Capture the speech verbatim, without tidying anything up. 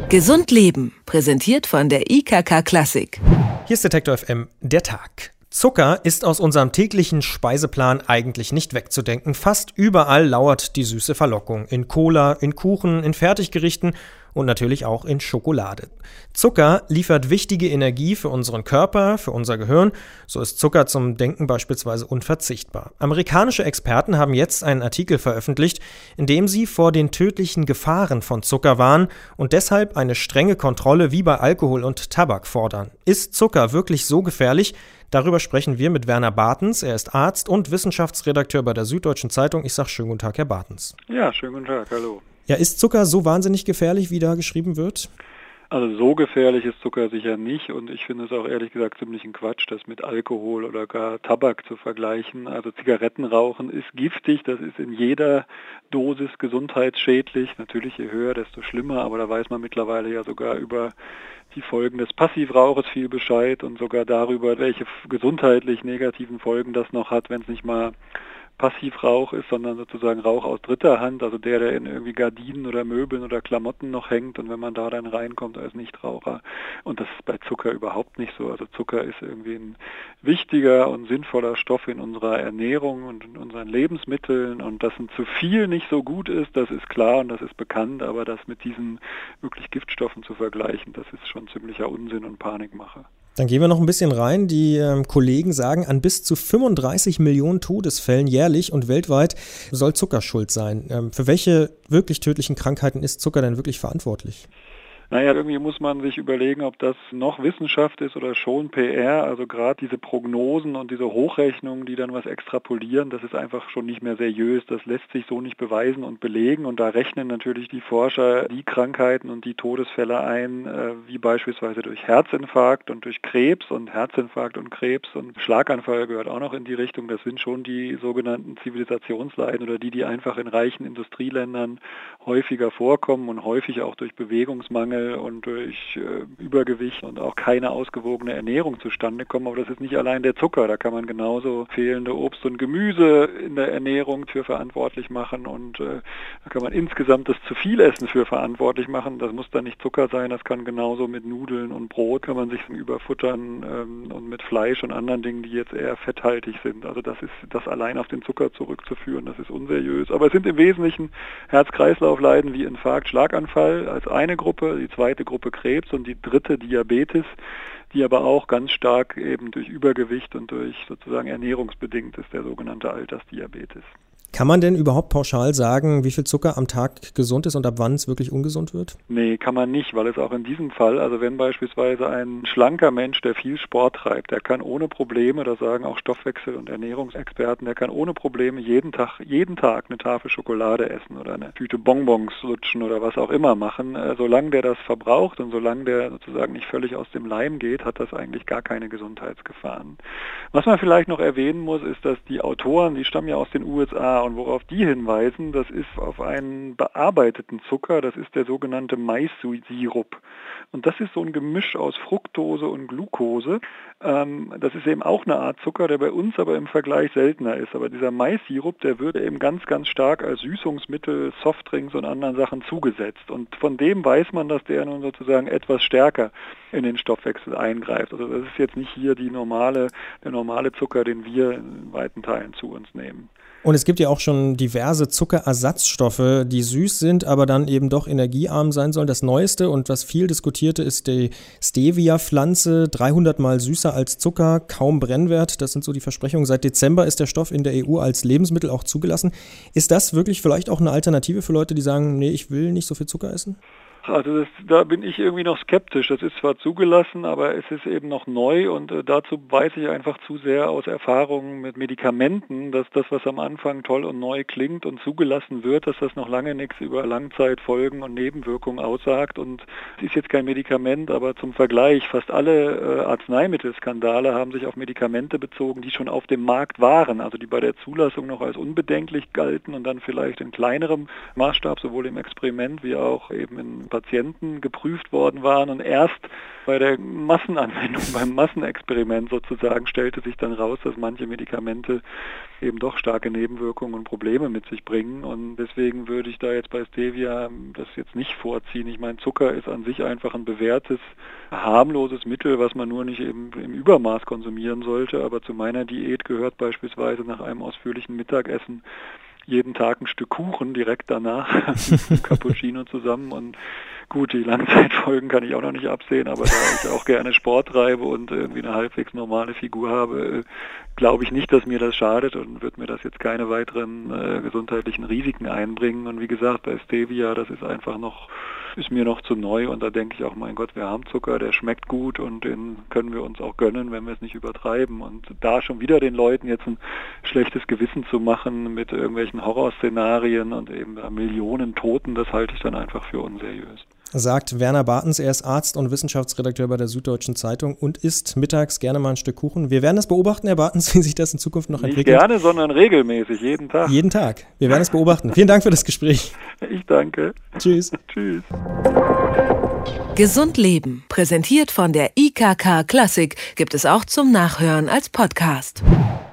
Gesund leben, präsentiert von der I K K Klassik. Hier ist Detektor F M, der Tag. Zucker ist aus unserem täglichen Speiseplan eigentlich nicht wegzudenken. Fast überall lauert die süße Verlockung. In Cola, in Kuchen, in Fertiggerichten und natürlich auch in Schokolade. Zucker liefert wichtige Energie für unseren Körper, für unser Gehirn. So ist Zucker zum Denken beispielsweise unverzichtbar. Amerikanische Experten haben jetzt einen Artikel veröffentlicht, in dem sie vor den tödlichen Gefahren von Zucker warnen und deshalb eine strenge Kontrolle wie bei Alkohol und Tabak fordern. Ist Zucker wirklich so gefährlich? Darüber sprechen wir mit Werner Bartens. Er ist Arzt und Wissenschaftsredakteur bei der Süddeutschen Zeitung. Ich sage schönen guten Tag, Herr Bartens. Ja, schönen guten Tag, hallo. Ja, ist Zucker so wahnsinnig gefährlich, wie da geschrieben wird? Also so gefährlich ist Zucker sicher nicht und ich finde es auch ehrlich gesagt ziemlich ein Quatsch, das mit Alkohol oder gar Tabak zu vergleichen. Also Zigarettenrauchen ist giftig, das ist in jeder Dosis gesundheitsschädlich. Natürlich je höher, desto schlimmer, aber da weiß man mittlerweile ja sogar über die Folgen des Passivrauches viel Bescheid und sogar darüber, welche gesundheitlich negativen Folgen das noch hat, wenn es nicht mal Passivrauch ist, sondern sozusagen Rauch aus dritter Hand, also der, der in irgendwie Gardinen oder Möbeln oder Klamotten noch hängt und wenn man da dann reinkommt als Nichtraucher. Und das ist bei Zucker überhaupt nicht so. Also Zucker ist irgendwie ein wichtiger und sinnvoller Stoff in unserer Ernährung und in unseren Lebensmitteln und dass ein zu viel nicht so gut ist, das ist klar und das ist bekannt, aber das mit diesen wirklich Giftstoffen zu vergleichen, das ist schon ziemlicher Unsinn und Panikmache. Dann gehen wir noch ein bisschen rein. Die ähm, Kollegen sagen, an bis zu fünfunddreißig Millionen Todesfällen jährlich und weltweit soll Zucker schuld sein. Ähm, für welche wirklich tödlichen Krankheiten ist Zucker denn wirklich verantwortlich? Naja, irgendwie muss man sich überlegen, ob das noch Wissenschaft ist oder schon P R. Also gerade diese Prognosen und diese Hochrechnungen, die dann was extrapolieren, das ist einfach schon nicht mehr seriös. Das lässt sich so nicht beweisen und belegen. Und da rechnen natürlich die Forscher die Krankheiten und die Todesfälle ein, äh, wie beispielsweise durch Herzinfarkt und durch Krebs. Und Herzinfarkt und Krebs und Schlaganfall gehört auch noch in die Richtung. Das sind schon die sogenannten Zivilisationsleiden oder die, die einfach in reichen Industrieländern häufiger vorkommen und häufig auch durch Bewegungsmangel und durch äh, Übergewicht und auch keine ausgewogene Ernährung zustande kommen. Aber das ist nicht allein der Zucker. Da kann man genauso fehlende Obst und Gemüse in der Ernährung für verantwortlich machen und äh, da kann man insgesamt das zu viel Essen für verantwortlich machen. Das muss dann nicht Zucker sein. Das kann genauso mit Nudeln und Brot kann man sich überfuttern ähm, und mit Fleisch und anderen Dingen, die jetzt eher fetthaltig sind. Also das ist das allein auf den Zucker zurückzuführen. Das ist unseriös. Aber es sind im Wesentlichen Herz-Kreislauf-Leiden wie Infarkt, Schlaganfall als eine Gruppe, die zweite Gruppe Krebs und die dritte Diabetes, die aber auch ganz stark eben durch Übergewicht und durch sozusagen ernährungsbedingt ist, der sogenannte Altersdiabetes. Kann man denn überhaupt pauschal sagen, wie viel Zucker am Tag gesund ist und ab wann es wirklich ungesund wird? Nee, kann man nicht, weil es auch in diesem Fall, also wenn beispielsweise ein schlanker Mensch, der viel Sport treibt, der kann ohne Probleme, das sagen auch Stoffwechsel- und Ernährungsexperten, der kann ohne Probleme jeden Tag, jeden Tag eine Tafel Schokolade essen oder eine Tüte Bonbons lutschen oder was auch immer machen. Solange der das verbraucht und solange der sozusagen nicht völlig aus dem Leim geht, hat das eigentlich gar keine Gesundheitsgefahren. Was man vielleicht noch erwähnen muss, ist, dass die Autoren, die stammen ja aus den U S A, und worauf die hinweisen, das ist auf einen bearbeiteten Zucker, das ist der sogenannte Maissirup. Und das ist so ein Gemisch aus Fructose und Glucose. Ähm, das ist eben auch eine Art Zucker, der bei uns aber im Vergleich seltener ist. Aber dieser Maissirup, der wird eben ganz, ganz stark als Süßungsmittel, Softdrinks und anderen Sachen zugesetzt. Und von dem weiß man, dass der nun sozusagen etwas stärker in den Stoffwechsel eingreift. Also das ist jetzt nicht hier die normale, der normale Zucker, den wir in weiten Teilen zu uns nehmen. Und es gibt ja auch schon diverse Zuckerersatzstoffe, die süß sind, aber dann eben doch energiearm sein sollen. Das Neueste und was viel diskutierte ist die Stevia-Pflanze, dreihundert Mal süßer als Zucker, kaum Brennwert. Das sind so die Versprechungen. Seit Dezember ist der Stoff in der E U als Lebensmittel auch zugelassen. Ist das wirklich vielleicht auch eine Alternative für Leute, die sagen, nee, ich will nicht so viel Zucker essen? Also das, da bin ich irgendwie noch skeptisch. Das ist zwar zugelassen, aber es ist eben noch neu und äh, dazu weiß ich einfach zu sehr aus Erfahrungen mit Medikamenten, dass das, was am Anfang toll und neu klingt und zugelassen wird, dass das noch lange nichts über Langzeitfolgen und Nebenwirkungen aussagt. Und es ist jetzt kein Medikament, aber zum Vergleich, fast alle äh, Arzneimittelskandale haben sich auf Medikamente bezogen, die schon auf dem Markt waren, also die bei der Zulassung noch als unbedenklich galten und dann vielleicht in kleinerem Maßstab, sowohl im Experiment wie auch eben in Patienten geprüft worden waren und erst bei der Massenanwendung, beim Massenexperiment sozusagen, stellte sich dann raus, dass manche Medikamente eben doch starke Nebenwirkungen und Probleme mit sich bringen und deswegen würde ich da jetzt bei Stevia das jetzt nicht vorziehen. Ich meine, Zucker ist an sich einfach ein bewährtes, harmloses Mittel, was man nur nicht eben im Übermaß konsumieren sollte, aber zu meiner Diät gehört beispielsweise nach einem ausführlichen Mittagessen jeden Tag ein Stück Kuchen direkt danach, ein Cappuccino zusammen und gut, die Langzeitfolgen kann ich auch noch nicht absehen, aber da ich auch gerne Sport treibe und irgendwie eine halbwegs normale Figur habe, glaube ich nicht, dass mir das schadet und wird mir das jetzt keine weiteren äh, gesundheitlichen Risiken einbringen. Und wie gesagt, bei Stevia, das ist einfach noch, ist mir noch zu neu und da denke ich auch, mein Gott, wir haben Zucker, der schmeckt gut und den können wir uns auch gönnen, wenn wir es nicht übertreiben. Und da schon wieder den Leuten jetzt ein schlechtes Gewissen zu machen mit irgendwelchen Horrorszenarien und eben Millionen Toten, das halte ich dann einfach für unseriös. Sagt Werner Bartens, er ist Arzt und Wissenschaftsredakteur bei der Süddeutschen Zeitung und isst mittags gerne mal ein Stück Kuchen. Wir werden das beobachten, Herr Bartens, wie sich das in Zukunft noch Nicht entwickelt. Nicht gerne, sondern regelmäßig, jeden Tag. Jeden Tag. Wir werden es beobachten. Vielen Dank für das Gespräch. Ich danke. Tschüss. Tschüss. Gesund Leben, präsentiert von der I K K Klassik, gibt es auch zum Nachhören als Podcast.